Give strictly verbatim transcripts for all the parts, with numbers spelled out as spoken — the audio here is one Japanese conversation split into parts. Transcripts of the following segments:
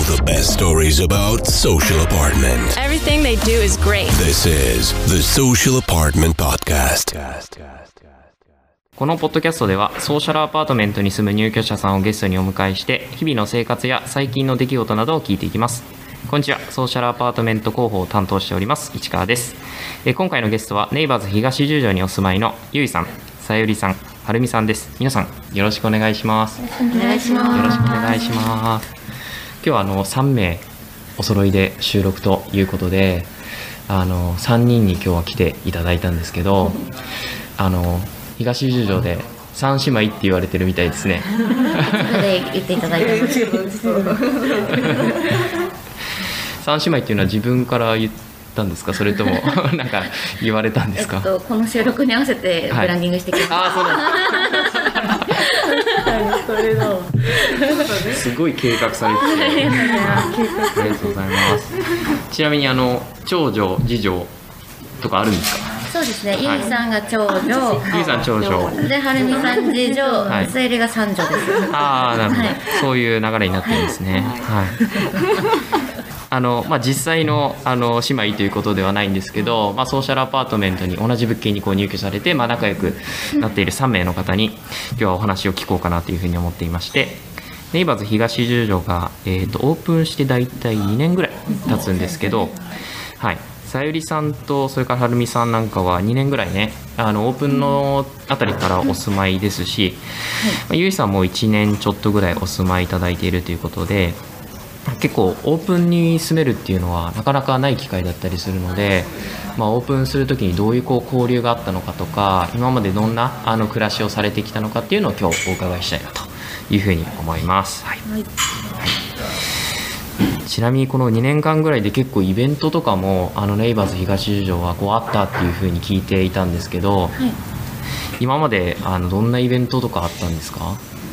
The best stories about Social Apartment. Everything they do is great. This is the Social Apartment Podcast. このポッドキャストではソーシャルアパートメントに住む入居者さんをゲストにお迎えして日々の生活や最近の出来事などを聞いていきます。こんにちは。ソーシャルアパートメント広報を担当しております市川です。え今回のゲストはネイバーズ東十条にお住まいのゆいさん、さゆりさん、はるみさんです。皆さんよろしくお願いします。 よろしくお願いします。 よろしくお願いします。今日はあのさんめいお揃いで収録ということで、あのさんにんに今日は来ていただいたんですけど、あの東十条で三姉妹って言われてるみたいですね。 それで言っていただいたんです三姉妹っていうのは自分から言ったんですか、それともなんか言われたんですか？ えっと、この収録に合わせてブランディングしてきました、はい、 ああそうですすごい計画されててありがとうございます。ちなみにあの長女次女とかあるんですか？ そうですね、ゆいさんが長女、 ゆいさん長女ではるみさん次女、はい、すえりが三女です。 ああなるほど、 はい、 そういう流れになってるんですね。はい、あのまあ、実際 の, あの姉妹ということではないんですけど、まあ、ソーシャルアパートメントに同じ物件にこう入居されて、まあ、仲良くなっているさんめいの方に今日はお話を聞こうかなというふうに思っていまして、ネイバーズ東十条が、えー、とオープンしてだいたいにねんぐらい経つんですけど、はい、さゆりさんとそれからはるみさんなんかはにねんぐらいね、あのオープンのあたりからお住まいですし、はい、ゆいさんもいちねんちょっとぐらいお住まいいただいているということで、結構オープンに住めるっていうのはなかなかない機会だったりするので、まあ、オープンするときにどういうこう交流があったのかとか、今までどんなあの暮らしをされてきたのかっていうのを今日お伺いしたいなというふうに思います。はい、はいはい、ちなみにこのにねんかんぐらいで結構イベントとかもあのネイバーズ東十条はこうあったっていうふうに聞いていたんですけど、はい、今まであのどんなイベントとかあったんですか？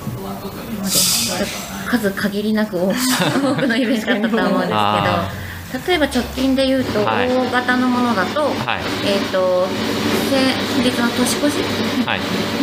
数限りなく多くのイベントだったと思うんですけど例えば直近で言うと、はい、大型のものだと、はい、えーと先月の年越し、はい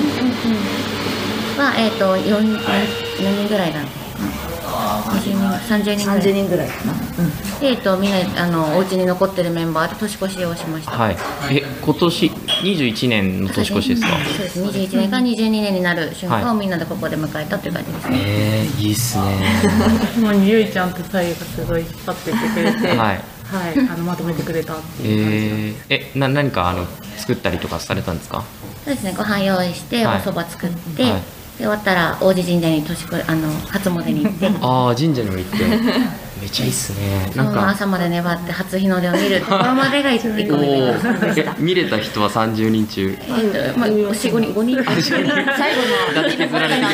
は、えーと 4, 4人ぐらいなんですにじゅうにんさんじゅうにんぐらい、さんじゅうにんぐらいかな、うん、で、えーとみんなあのお家に残ってるメンバーで年越しをしました。はい、 え今年にじゅういちねんの年越しですか？ そうです、にじゅういちねんからにじゅうにねんになる瞬間をみんなでここで迎えたという感じですね。 えー、いいっすね。 もうゆいちゃんとさゆがすごい引っ張ってってくれて、はい、はい、あのまとめてくれたっていう感じで、 えー、えな何かあの作ったりとかされたんですか？ そうですね、ご飯用意してお蕎麦作って、はいはい、で終わったら王子神社に年越あの初詣に行ってああ神社にも行ってめっちゃいいっすね。 なんか朝まで粘って初日の出を見るところまでがいっこめでした見れた人はさんじゅうにん中、 えーまあ、よん、ごにんごにん最後のだけ削られてき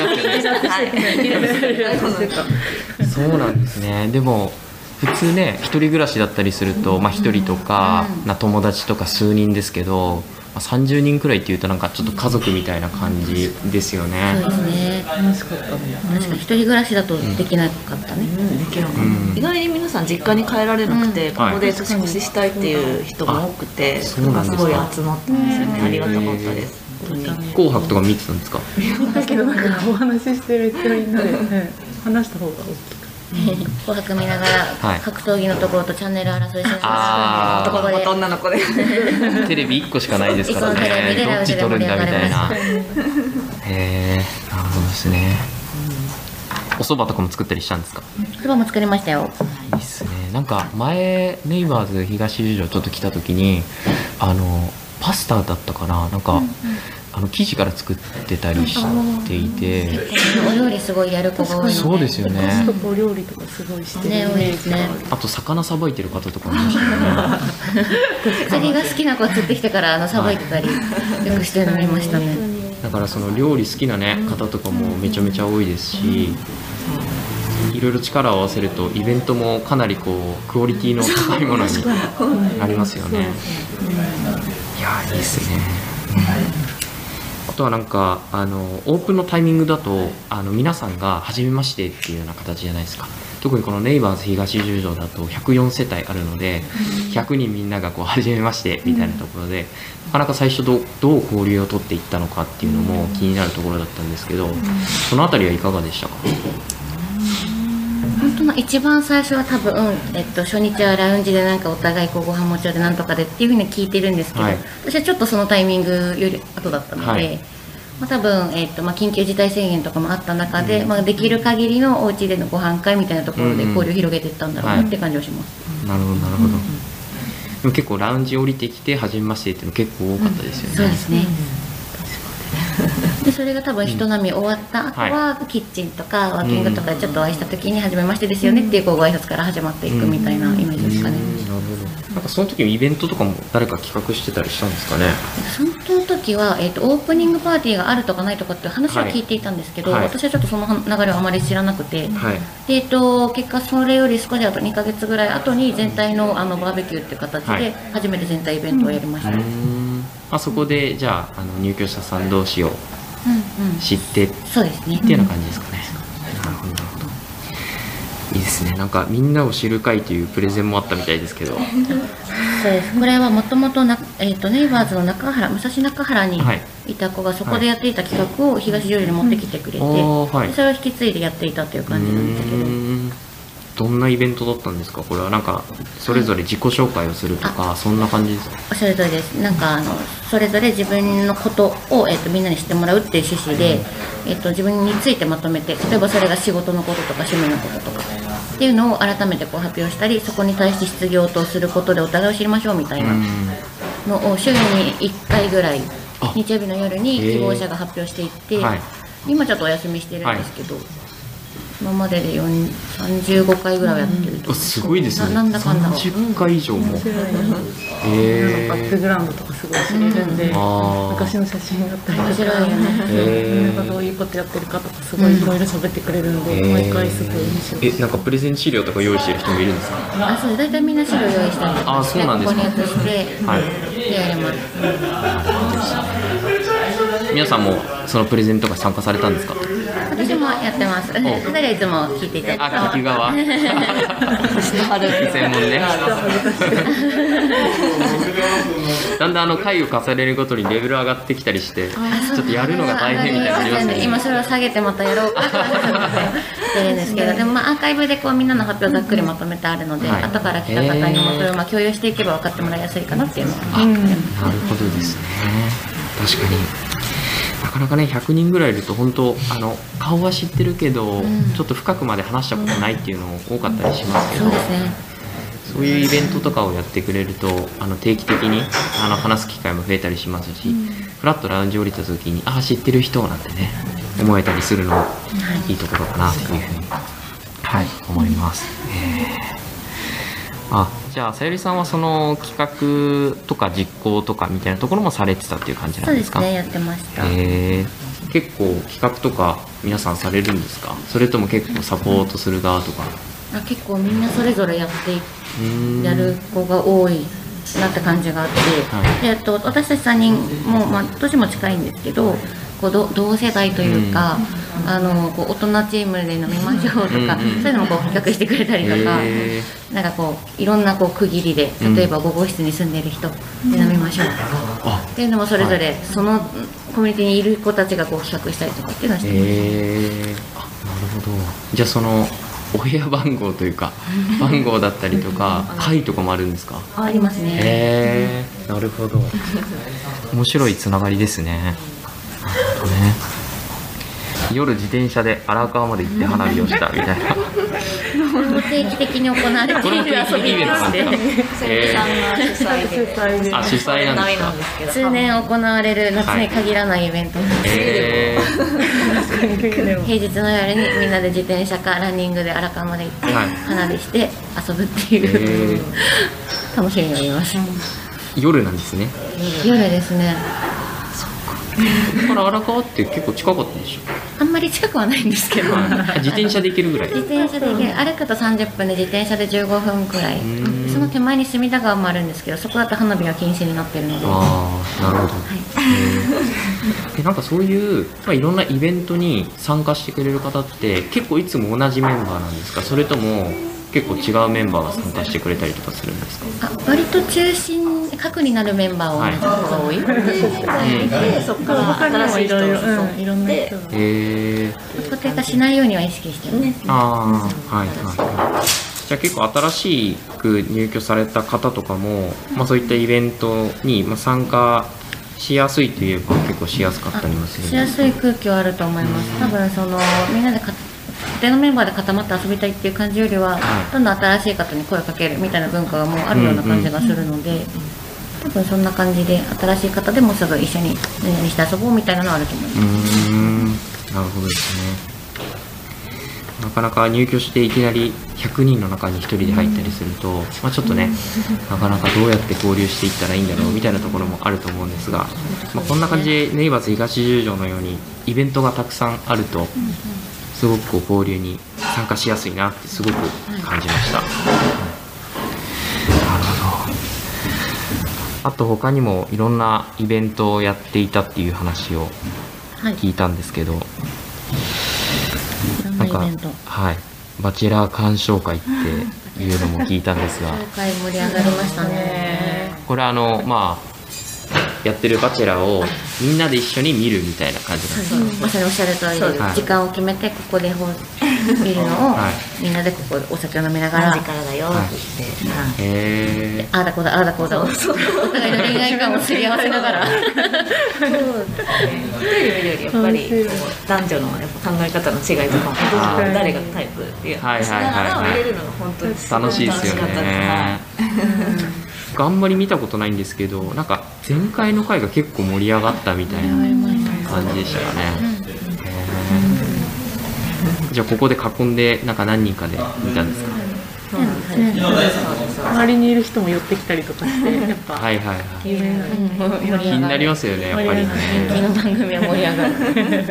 ますよね。そうなんですね。でも普通ね一人暮らしだったりすると、まあ、一人とか、うん、な友達とか数人ですけど、さんじゅうにんくらいっていうとなんかちょっと家族みたいな感じですよね。 そうですね、楽しかったね。確かに一人暮らしだとできなかったね、うん、できなかった、うん、 意外に皆さん実家に帰られなくて、うん、ここで年越ししたいっていう人も多くて、それがすごい集まったんですよね。ありがたかったです。 紅白とか見てたんですか？ だけどなんかお話ししてめっちゃみんなで、ね、話した方が大きい。 紅白見ながら格闘技のところとチャンネル争いしながら男の子と女の子でテレビいっこしかないですからね、どっち撮るんだみたいな。へえ、なるほどですね。お蕎麦とかも作ったりしたんですか？ 蕎麦も作りましたよ。 いいっすね。なんか前ネイバーズ東十条ちょっと来た時にあのパスタだったかな、なんか、うんうん、あの生地から作ってたりしていて、 お料理すごいやる子が多いので。 そうですよね。 パスタとお料理とかすごいしてるイメージがある、ね、 あと魚さばいてる方とかもいましたよね。 釣りが好きな子釣ってきてからあのさばいてたりよくしてるの見ましたね。 だからその料理好きな、ね、方とかもめちゃめちゃ多いですし、いろいろ力を合わせるとイベントもかなりこうクオリティの高いものになりますよね。いやいいですね、うん、あとはなんかあのオープンのタイミングだとあの皆さんが初めましてっていうような形じゃないですか。特にこのネイバーズ東十条だとひゃくよんせたいあるのでひゃくにんみんながこう初めましてみたいなところで、なかなか最初 ど, どう交流を取っていったのかっていうのも気になるところだったんですけど、そのあたりはいかがでしたか？ 本とまあ一番最初は多分、えっと、初日はラウンジでなんかお互いこうご飯持ち寄ってなんとかでっていうふうに聞いてるんですけど、はい、私はちょっとそのタイミングより後だったので、はい、まあ、多分、えっとまあ、緊急事態宣言とかもあった中で、うん、まあ、できる限りのお家でのご飯会みたいなところで交流を広げていったんだろうなって感じはします。 はい、なるほどなるほど、うん、でも結構ラウンジ降りてきて初めましてっていうの結構多かったですよね。うん、 そうですね、でそれが多分人並み終わった後は、うん、キッチンとかワーキングとかでちょっとお会いした時に初めましてですよねっていうこうご挨拶から始まっていくみたいなイメージですかね。うんうん、なるほど。なんかその時のイベントとかも誰か企画してたりしたんですかね。 その時は、えーと、オープニングパーティーがあるとかないとかっていう話は聞いていたんですけど、はい、私はちょっとその流れをあまり知らなくて、はい、でえーと、結果それより少しあとにかげつぐらい後に全体の、あのバーベキューっていう形で初めて全体イベントをやりました。はい、うん、 まあ、そこでじゃあ、あの入居者さん同士を知って、うんうん、 そうですね、 っていうような感じですかね。うん、なるほどなるほど、いいですね。なんかみんなを知る会というプレゼンもあったみたいですけどそうです。これはもともとネイバーズの中原武蔵中原にいた子がそこでやっていた企画を東十両に持ってきてくれて、はい、それを引き継いでやっていたという感じなんですけど。 どんなイベントだったんですか。これはなんかそれぞれ自己紹介をするとか、はい、そんな感じですか。 おっしゃる通りです。なんかあのそれぞれ自分のことを、えー、とみんなに知ってもらうっていう趣旨で、うん、えー、と自分についてまとめて、例えばそれが仕事のこととか趣味のこととかっていうのを改めてこう発表したり、そこに対して質疑応答することでお互いを知りましょうみたいなのを週にいっかいぐらい日曜日の夜に希望者が発表していって、はい、今ちょっとお休みしてるんですけど、はい、今まででさんじゅうごかいぐらいやってると、 うん、すごいですね。 ななんだかんださんじゅっかい以上も。 えー、バックグラウンドとかすごい知れるんで、うん、昔の写真だったりとか、面白いよね。えー、どういうことやってるかとかすごいいろいろ喋ってくれるんで、うん、毎回すごい面白い。 え、なんかプレゼン資料とか用意してる人もいるんですか。 あ、そう、大体みんな資料用意したりとかして、ここに移して、はい、やります。 皆さんもそのプレゼンとか参加されたんですか。 私もやってます。それはいつも聞いていただいて。 あ、聞き側。専門ね。だんだんあの回を重ねるごとにレベル上がってきたりして、ちょっとやるのが大変みたいなのありますね。 今それを下げてまたやろうかと思ってるんですけど、でもまあアーカイブでこうみんなの発表ざっくりまとめてあるので、はい、後から来た方にもそれをまあ共有していけば分かってもらいやすいかなっていうのは。 あ、なるほどですね。確かに。なかなかねひゃくにんぐらいいると本当あの顔は知ってるけど、うん、ちょっと深くまで話したことないっていうの多かったりしますけど、 そうですね、 そういうイベントとかをやってくれるとあの定期的にあの話す機会も増えたりしますし、うん、フラッとラウンジ降りた時にああ知ってる人なんてね思えたりするのもいいところかなというふうに、はい、思います。えーあ、じゃあさゆりさんはその企画とか実行とかみたいなところもされてたっていう感じなんですか。 そうですね、やってました。 えー、結構企画とか皆さんされるんですか。それとも結構サポートする側とか。 あ、結構みんなそれぞれやってやる子が多いなって感じがあって、はい、でえっと私たちさんにんも、まあ、年も近いんですけど、こうど同世代というか、うん、あのこう大人チームで飲みましょうとか、うんうん、そういうのもこう企画してくれたりとか、なんかこういろんなこう区切りで、例えばご号室に住んでる人で飲みましょうとか、うん、っていうのもそれぞれそのコミュニティにいる子たちがこう企画したりとかっていうのをしてます。 えー、あ、なるほど。じゃあそのお部屋番号というか番号だったりとか会とかもあるんですか。 ありますね。 へー、なるほど。面白いつながりですね。ね、夜自転車で荒川まで行って花火をしたみたいな定期的に行われている遊びでして、 さゆりさんが主催で、 あ、主催なんですか。 通年行われる夏に限らないイベントなんですけど、平日の夜にみんなで自転車かランニングで荒川まで行って花火して遊ぶっていう楽しみがあります。 夜なんですね。 夜ですね。 ここから荒川って結構近かったでしょ。 あんまり近くはないんですけど自転車で行けるぐらい。 自転車で行ける、歩くとさんじゅっぷんで自転車でじゅうごふんくらい。その手前に隅田川もあるんですけど、そこだと花火は禁止になってるので。 ああ、なるほど、はい、でなんかそういう、まあ、いろんなイベントに参加してくれる方って結構いつも同じメンバーなんですか。それとも結構違うメンバーが参加してくれたりとかするんですか？ あ、割と中心核になるメンバーを同じことが多い。 でそこから新しい人を誘って、 いろんな人がへー。 固定化しないようには意識してるね。 ああ、はいはい。じゃあ結構新しく入居された方とかも、まあ、そういったイベントにまあ参加しやすいといえば結構しやすかったりもするんしやですすい空気はあると思います。多分そのみんなでか固定のメンバーで固まって遊びたいっていう感じよりは、どんどん新しい方に声をかけるみたいな文化がもうあるような感じがするので、多分そんな感じで新しい方でもすぐ一緒に何々して遊ぼうみたいなのはあると思います。 うーん、なるほどですね。なかなか入居していきなりひゃくにんの中にひとりで入ったりすると、まあ、ちょっとねなかなかどうやって交流していったらいいんだろうみたいなところもあると思うんですが、まあ、こんな感じでネイバーズ東十条のようにイベントがたくさんあるとすごくこう交流に参加しやすいなってすごく感じました。なるほど。あと他にもいろんなイベントをやっていたっていう話を聞いたんですけど、はい、なんか、はい、バチェラー鑑賞会っていうのも聞いたんですが鑑賞会盛り上がりましたね。 これあのまあやってるバチェラーをみんなで一緒に見るみたいな感じなんですか？ まさにおっしゃる通りで、 はい、 時間を決めてここで見るのを、はい、みんなでここでお酒を飲みながら何時からだよって言って、 はい、へーああだこうだああだこうだお互いの恋愛観をすり合わせながらそうですね。 一人見るよりやっぱり男女のやっぱ考え方の違いとかも誰がタイプっていう話しながら見れるのが本当に楽しいですよね。あんまり見たことないんですけど、なんか前回の回が結構盛り上がったみたいな感じでしたかね。じゃあここで囲んでなんか何人かで見たんですか？ そうですね。周りにいる人も寄ってきたりとかしてやっぱはいはいはい。 有名な気になりますよねやっぱりね。 人気の番組は盛り上がる。 なるほどね。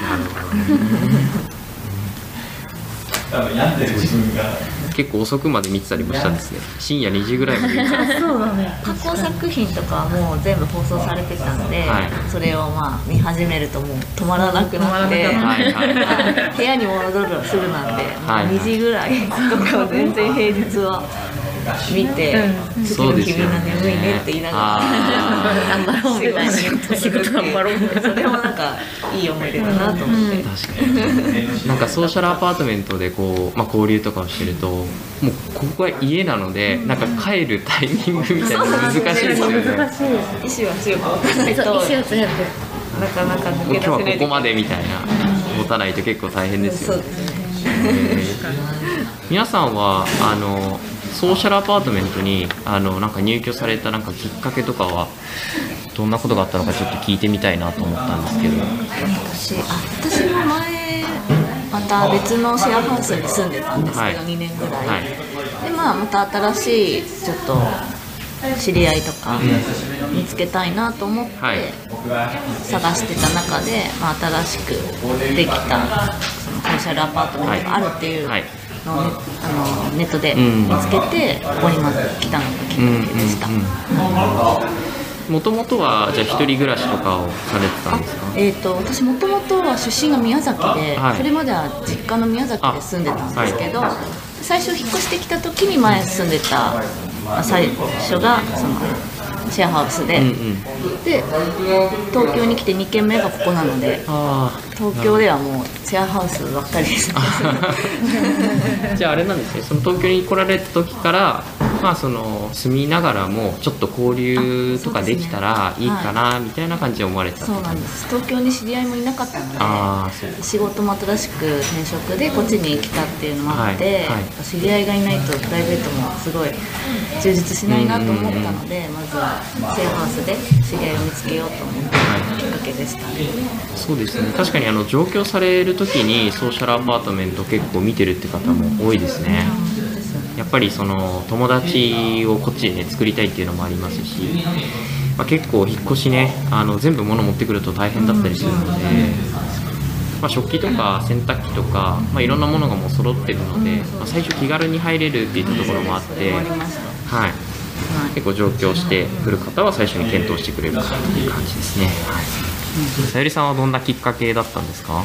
結構遅くまで見てたりもしたんですね。深夜にじぐらいまで見てた。 そうだね。 過去作品とかはもう全部放送されてたんで、はい、それをまあ見始めるともう止まらなくなって、はいはいはい、部屋に戻るするなんで、はいはい、にじぐらいとか全然平日は見て、うん、次の日みんな眠いねって言いながら頑張ろうみたいな仕事頑張ろうみたいな、 それもなんかいい思い出だなと思って、うん、 確かになんかソーシャルアパートメントでこう、まあ、交流とかをしてるともうここは家なのでなんか帰るタイミングみたいなの難しいですよね。 難しい。 意志は強く持たないと意志を強くなかなか抜け出せない。 今日はここまでみたいな持たないと結構大変ですよね。 そうですね。 皆さんはあのソーシャルアパートメントにあのなんか入居されたなんかきっかけとかはどんなことがあったのかちょっと聞いてみたいなと思ったんですけど。 私、あ、私も前また別のシェアハウスに住んでたんですけど、はい、にねんぐらい、はい、でまあまた新しいちょっと知り合いとか見つけたいなと思って探してた中で、まあ、新しくできたそのソーシャルアパートメントがあるっていうのを、ね、あのネットで見つけてここにまず来たのがきっかけでした。 もともとはじゃあ一人暮らしとかをされてたんですか？ えーと、私もともとは出身が宮崎で、はい、それまでは実家の宮崎で住んでたんですけど、はい、最初引っ越してきた時に前住んでた最初がそのシェアハウスで、うんうん、で東京に来てにけんめがここなので、東京ではもうシェアハウスばっかりですじゃああれなんですね、その東京に来られた時からまあその住みながらもちょっと交流とかできたらいいかなみたいな感じで思われてた。 そうなんです。東京に知り合いもいなかったので、あそう仕事も新しく転職でこっちに来たっていうのもあって、はいはい、知り合いがいないとプライベートもすごい充実しないなと思ったので、まずはシェアハウスで知り合いを見つけようと思ったきっかけでした、ね。 そうですね。確かにあの上京される時にソーシャルアパートメント結構見てるって方も多いですね。やっぱりその友達をこっちで、ね、作りたいっていうのもありますし、まあ、結構引っ越しねあの全部物持ってくると大変だったりするので、まあ、食器とか洗濯機とか、まあ、いろんなものがもう揃ってるので、まあ、最初気軽に入れるっていったところもあって、はい、結構上京してくる方は最初に検討してくれるかなっていう感じですね。はい、さゆりさんはどんなきっかけだったんですか？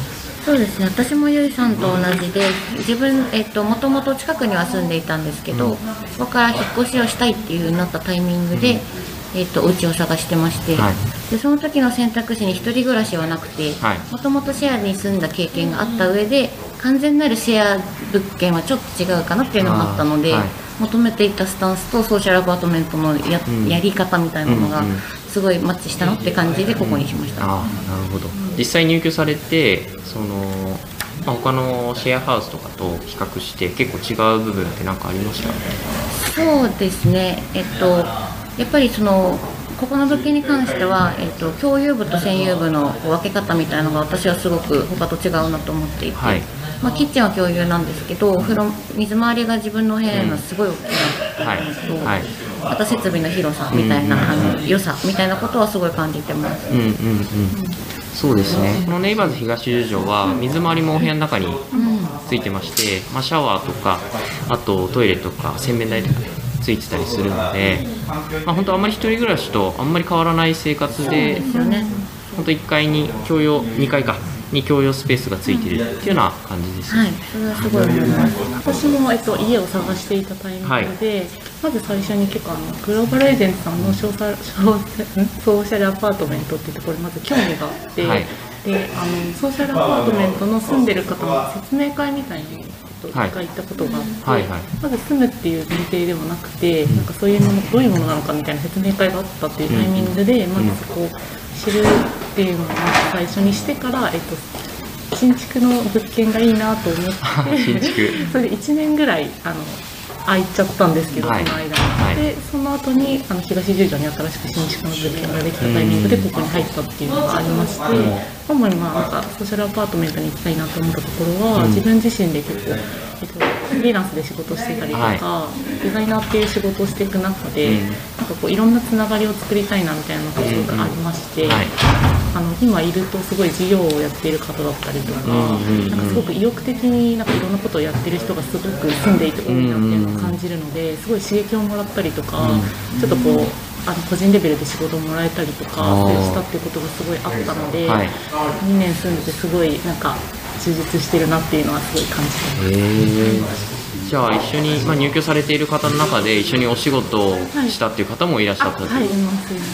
そうですね、私もゆいさんと同じで、自分、えっと、もともと近くには住んでいたんですけど、うん、そこから引っ越しをしたいっていう風になったタイミングで、うん、えっと、お家を探してまして、はい、でその時の選択肢に一人暮らしはなくて、もともとシェアに住んだ経験があった上で、完全なるシェア物件はちょっと違うかなっていうのがあったので、はい、求めていたスタンスとソーシャルアパートメントの や,、うん、やり方みたいなのがすごいマッチしたのって感じでここにしました。 うん、あ、なるほど。実際入居されて、その、まあ、他のシェアハウスとかと比較して結構違う部分って何かありました？ そうですね、えっと、やっぱりそのここの物件に関しては、えっと、共有部と占有部の分け方みたいなのが私はすごく他と違うなと思っていて、はい、まあ、キッチンは共有なんですけど、お風呂水回りが自分の部屋のすごい大きなっていうのと、はいはい、あと設備の広さみたいな、うんうん、あの良さみたいなことはすごい感じてます。うんうんうん、 そうですね、このネイバーズ東十条は水回りもお部屋の中についてまして、まあ、シャワーとかあとトイレとか洗面台とかついてたりするので、まあ、本当あんまり一人暮らしとあんまり変わらない生活で、本当いっかいに共用にかいかに共用スペースがついているっていうような感じです、ね。はい、 それはすごい思います。 私も、えっと、家を探していたタイミングで、はい、まず最初に結構あのグローバルエージェントさんのソーシャル、ソーシャルアパートメントっていうところにまず興味があって、はい、であのソーシャルアパートメントの住んでる方の説明会みたいに一回行ったことがあって、はいはいはい、まず住むっていう前提ではなくて、うん、なんかそういうものどういうものなのかみたいな説明会があったっていうタイミングで、うん、まずそこを知るっていうのを最初にしてから、えっと、新築の物件がいいなと思って新築それでいちねんぐらいあの空いちゃったんですけど、はい、その間に、はい、でその後にあの東十条に新しく新築の物件ができたタイミングでここに入ったっていうのがありまして、主にまあなんかソーシャルアパートメントに行きたいなと思ったところは、うん、自分自身で結構、えっと、フリーランスで仕事してたりとか、はい、デザイナーっていう仕事をしていく中で、うん、なんかこういろんなつながりを作りたいなみたいなのがすごくありまして、うん、はい、あの今いるとすごい事業をやっている方だったりとか、うんうんうん、なんかすごく意欲的になんかいろんなことをやってる人がすごく住んでいて多いなっていうのを感じるので、すごい刺激をもらったりとか、うん、ちょっとこうあの個人レベルで仕事をもらえたりとかしたっていうことがすごいあったので、はい、にねん住んでてすごいなんか充実してるなっていうのはすごい感じてます。 じゃあ一緒に、まあ、入居されている方の中で一緒にお仕事をしたっていう方もいらっしゃったという、 はい、はい、います、はい、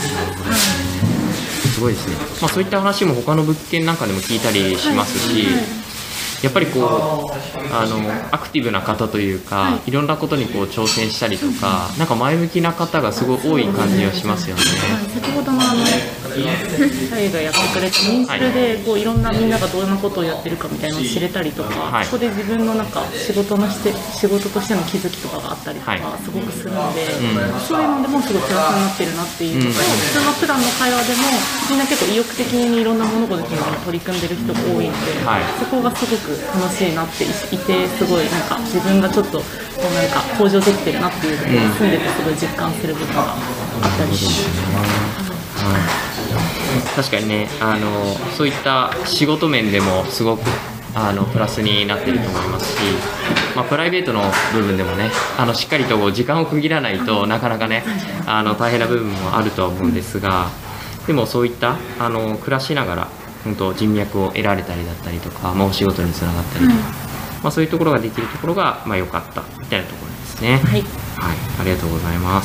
すごいですね。まあ、そういった話も他の物件なんかでも聞いたりしますし、はいはい、やっぱりこうあのアクティブな方というか、はい、いろんなことにこう挑戦したりとか、なんか前向きな方がすごい多い感じはしますよね。 はい、先ほどのあのシャイがやってくれたミンスルでこういろんなみんながどんなことをやってるかみたいなのを知れたりとか、はい、そこで自分のなんか仕事のして仕事としての気づきとかがあったりとかすごくするので、はい、うん、そういうのでもすごいプラスになってるなっていうのと、うん、普通の普段の会話でもみんな結構意欲的にいろんな物事に取り組んでる人が多いので、はい、そこがすごく楽しいなっていて、すごいなんか自分がちょっとこうなんか向上できてるなっていうのを住んでてすごい実感する部分があったりします。 うん、確かにね、あのそういった仕事面でもすごくあのプラスになっていると思いますし、まあ、プライベートの部分でもね、あのしっかりと時間を区切らないとなかなかね、あの大変な部分もあるとは思うんですが、でもそういったあの暮らしながら本当人脈を得られたりだったりとか、まあ、お仕事につながったりとか、まあ、そういうところができるところがまあ良かったみたいなところですね。はい、はい、ありがとうございます。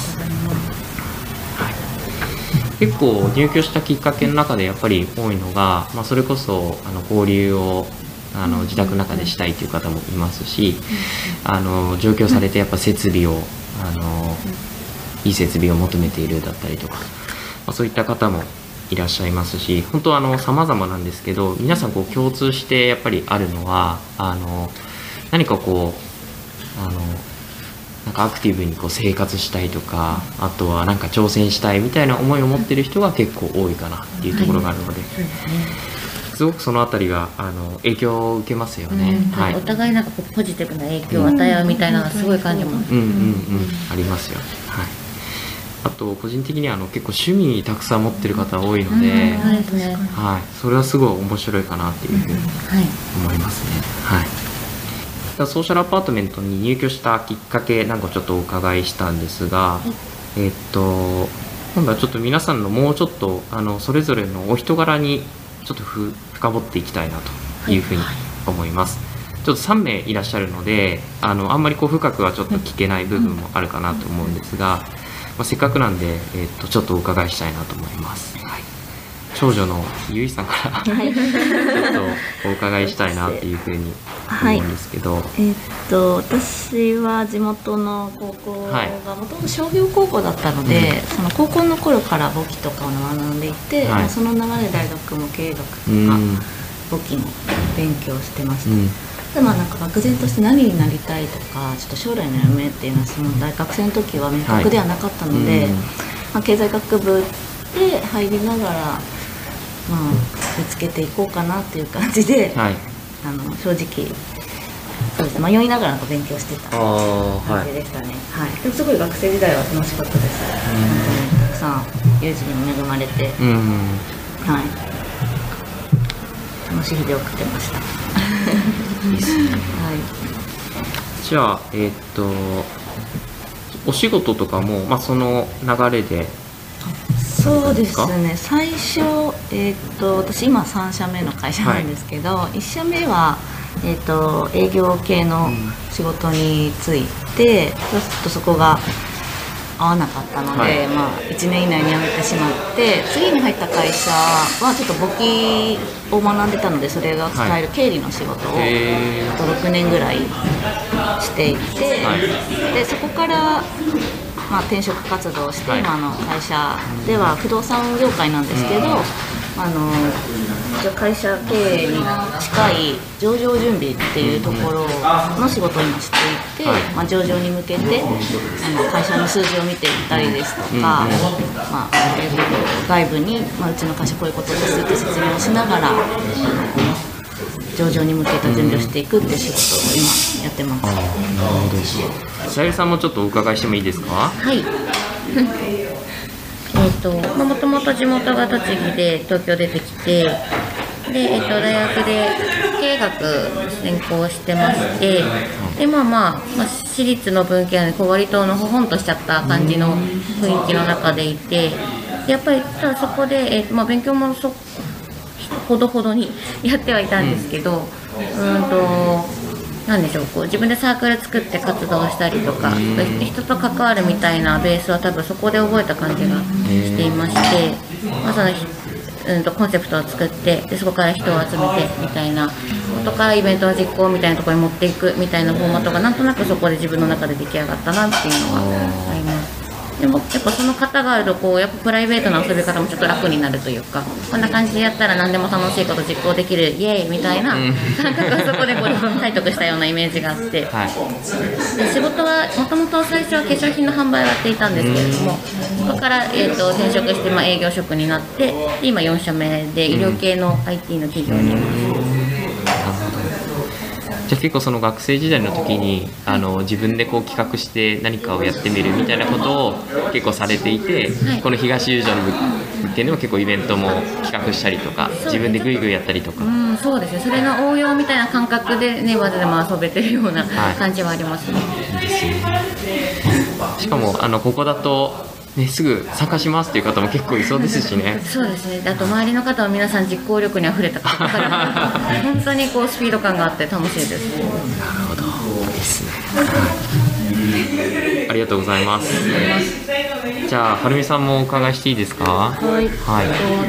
結構入居したきっかけの中でやっぱり多いのが、まあ、それこそあの交流をあの自宅の中でしたいという方もいますし、あの上京されてやっぱ設備をあのいい設備を求めているだったりとか、まあ、そういった方もいらっしゃいますし、本当あの様々なんですけど、皆さんこう共通してやっぱりあるのは、あの何かこうあのなんかアクティブにこう生活したいとか、あとはなんか挑戦したいみたいな思いを持ってる人が結構多いかなっていうところがあるので、すごくそのあたりがあの影響を受けますよね。 うん、はい、お互いなんかこうポジティブな影響を与え合うみたいなのがすごい感じます。 うんうんうん、ありますよ。はい。あと個人的にはあの結構趣味たくさん持ってる方多いので、 うん、そうですね。 はい、それはすごい面白いかなっていうふうに思いますね。はい。ソーシャルアパートメントに入居したきっかけなんかちょっとお伺いしたんですが、はい、えっと今度はちょっと皆さんのもうちょっとあのそれぞれのお人柄にちょっとふ深掘っていきたいなというふうに思います。ちょっとさんめいいらっしゃるので、あのあんまりこう深くはちょっと聞けない部分もあるかなと思うんですが、まあ、せっかくなんで、えー、とちょっとお伺いしたいなと思います。はい、長女のゆいさんからはい、 ちょっとお伺いしたいなっていうふうに思うんですけど、 はい、えーっと私は地元の高校がもともと商業高校だったので、はい、その高校の頃から簿記とかを学んでいて、はい、まあ、その流れで大学も経営学とか簿記の勉強をしてました。うん、でまあ、なんか漠然として何になりたいとかちょっと将来の夢っていうのはその大学生の時は明確ではなかったので、はい、まあ、経済学部で入りながら、まあ、ぶつけていこうかなっていう感じで、はい、あの正直そうです、迷いながらなんか勉強してた感じでしたね。はいはい、でもすごい学生時代は楽しかったです。うん、本当にたくさん友人にも恵まれて、うん、はい、楽しい日々を送ってました。 いいですね。はい。じゃあ、えー、っとお仕事とかも、まあ、その流れで。 そうですね。最初、えー、っと私今さん社目の会社なんですけど、はい、いち社目は、えー、っと営業系の仕事に就いて、うん、ちょっとそこが合わなかったので、はい、まあ、いちねん以内に辞めてしまって、次に入った会社はちょっと簿記を学んでたので、それが使える経理の仕事をろくねんぐらいしていて、はい、でそこから、まあ、転職活動をして、はい、今の会社では不動産業界なんですけど、うん、あの会社経営に近い上場準備っていうところの仕事を今していて、はい、まあ、上場に向けてあの会社の数字を見ていったりですとか、うん、まあ、えー、と外部に、まあ、うちの会社こういうことですって説明をしながら上場に向けた準備をしていくっていう仕事を今やってます。あ、なるほど。さゆりさんもちょっとお伺いしてもいいですか？ はい。えっともともと地元が栃木で東京出てきて、で、えっと、大学で経営学専攻してまして、で、まあまあ、まあ、私立の文系なのでこう割とのほほんとしちゃった感じの雰囲気の中でいて、やっぱりただそこで、えっとまあ、勉強もそほどほどにやってはいたんですけど、うんとなんでしょう、こう自分でサークル作って活動したりとか、人と関わるみたいなベースは多分そこで覚えた感じがしていまして、まあ、その、うん、とコンセプトを作ってでそこから人を集めてみたいなことからイベントの実行みたいなところに持っていくみたいなフォーマットがなんとなくそこで自分の中で出来上がったなっていうのがあります。でもやっぱその型があるとこうやっぱプライベートな遊び方もちょっと楽になるというか、こんな感じでやったら何でも楽しいこと実行できるイエーイみたいな感覚がそこでこう体得したようなイメージがあって、はい、で仕事はもともと最初は化粧品の販売をやっていたんですけれども、そこから、えー、と転職して、まあ、営業職になってで今よん社目で医療系の アイティー の企業にいます。 じゃあ結構その学生時代の時にあの自分でこう企画して何かをやってみるみたいなことを結構されていて、はい、この東友情の物件でも結構イベントも企画したりとか自分でグイグイやったりとか、 うん、そうですね、それの応用みたいな感覚でねわざでも遊べてるような感じはありますね。 はい、いいですね。しかもあのここだとね、すぐ参加しますっていう方も結構いそうですしね。 そうですね。あと周りの方は皆さん実行力にあふれた方から本当にこうスピード感があって楽しいですね。なるほどですね。ありがとうございます。じゃあはるみさんもお伺いしていいですか？ はい。はい、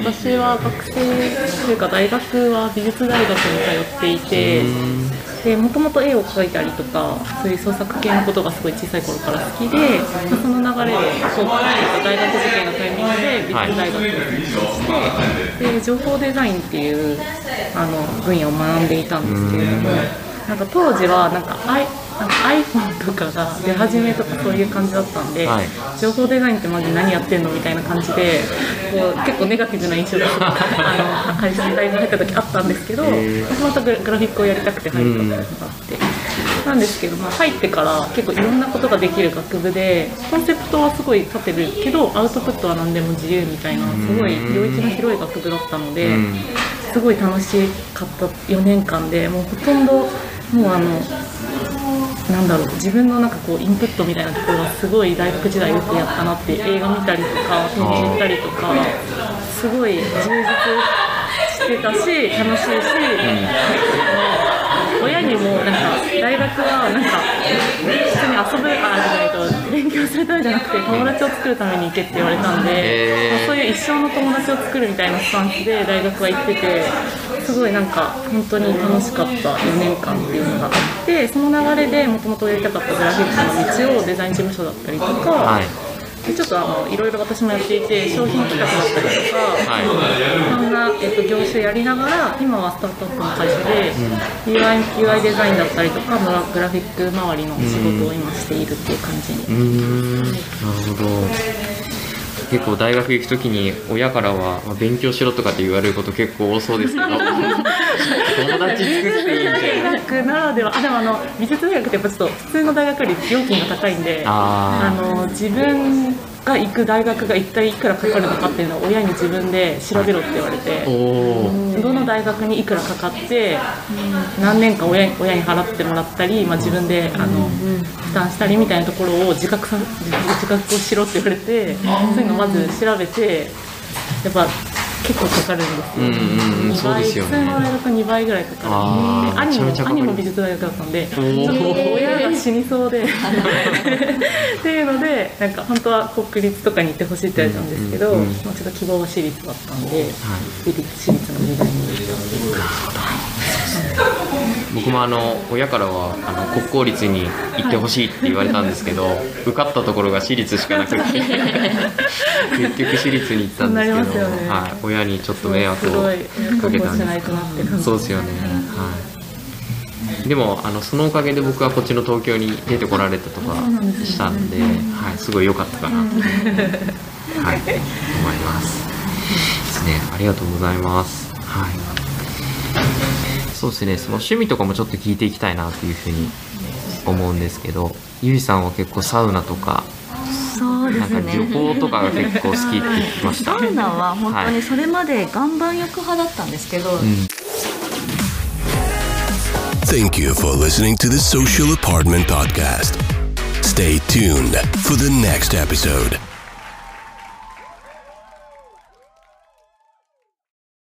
私は学生というか大学は美術大学に通っていて。でもともと絵を描いたりとかそういう創作系のことがすごい小さい頃から好きで、まあ、その流れでこう大学受験のタイミングで美術大学に勉強して、はい、で情報デザインっていうあの分野を学んでいたんですけれども、なんか当時はなんか Iなんか iPhone とかが出始めとかそういう感じだったんで、はい、情報デザインってマジ何やってんのみたいな感じでこう結構ネガティブな印象があの会社に入った時あったんですけど、またグラフィックをやりたくて入ったことがあって、なんですけど、まあ、入ってから結構いろんなことができる学部でコンセプトはすごい立てるけどアウトプットは何でも自由みたいなすごい領域の広い学部だったので、すごい楽しかったよねんかんで、もうほとんどもうあのなんだろう自分のなんかこうインプットみたいなところがすごい大学時代よくやったなって映画見たりとか展示行ったりとかすごい充実ししてたし楽しいし、うん、親にもなんか大学はなんか普通に遊ぶあじゃないと勉強するためじゃなくて友達を作るために行けって言われたんで、えーまあ、そういう一生の友達を作るみたいなスタンスで大学は行ってて、すごいなんか本当に楽しかったよねんかんっていうのがあって、その流れでもともとやりたかったグラフィックの道をデザイン事務所だったりとか、はいでちょっとあのいろいろ私もやっていて商品企画だったりとか、はい、そんな、えっと、業種やりながら今はスタートアップの会社で、うん、ユーアイ, ユーアイデザインだったりとかグラフィック周りの仕事を今しているっていう感じに。 うーん、なるほど。結構大学行くときに親からは勉強しろとかって言われること結構多そうですけど友達作っていいみたいな。 大学ならではあでもあの美術大学ってやっぱちょっと普通の大学より料金が高いんで、ああの自分が行く大学が一体いくらかかるのかっていうのを親に自分で調べろって言われて、おどの大学にいくらかかって何年間 親, 親に払ってもらったり、まあ、自分であの負担したりみたいなところを自覚さ自覚をしろって言われて、そういうのをまず調べてやっぱ結構かかるんですよ、うんうんうん、そうですよね。普通の大学にばいぐらいかかる。あで 兄, も兄も美術大学だったんでちょっと親が死にそうでっていうのでなんか本当は国立とかに行ってほしいって言われたんですけど、うんうんうん、まあ、ちょっと希望は私立だったんで、はい、私立の時代に行った僕もあの親からはあの国公立に行ってほしいって言われたんですけど、はい、受かったところが私立しかなくて結局私立に行ったんですけど、ね、はい、親にちょっと迷惑をかけたんですけど、そうですよね、はい、でもあのそのおかげで僕はこっちの東京に出てこられたとかしたんで、はい、すごい良かったかなと、はい、思いますですね。ありがとうございます。はい、そうですね、その趣味とかもちょっと聞いていきたいなというふうに思うんですけど、ゆいさんは結構サウナとか、 そうですね、 なんか旅行とかが結構好きって聞きました。 サウナは本当にそれまで岩盤浴派だったんですけど、はい、うん、 Thank you for listening to the Social Apartment Podcast. Stay tuned for the next episode.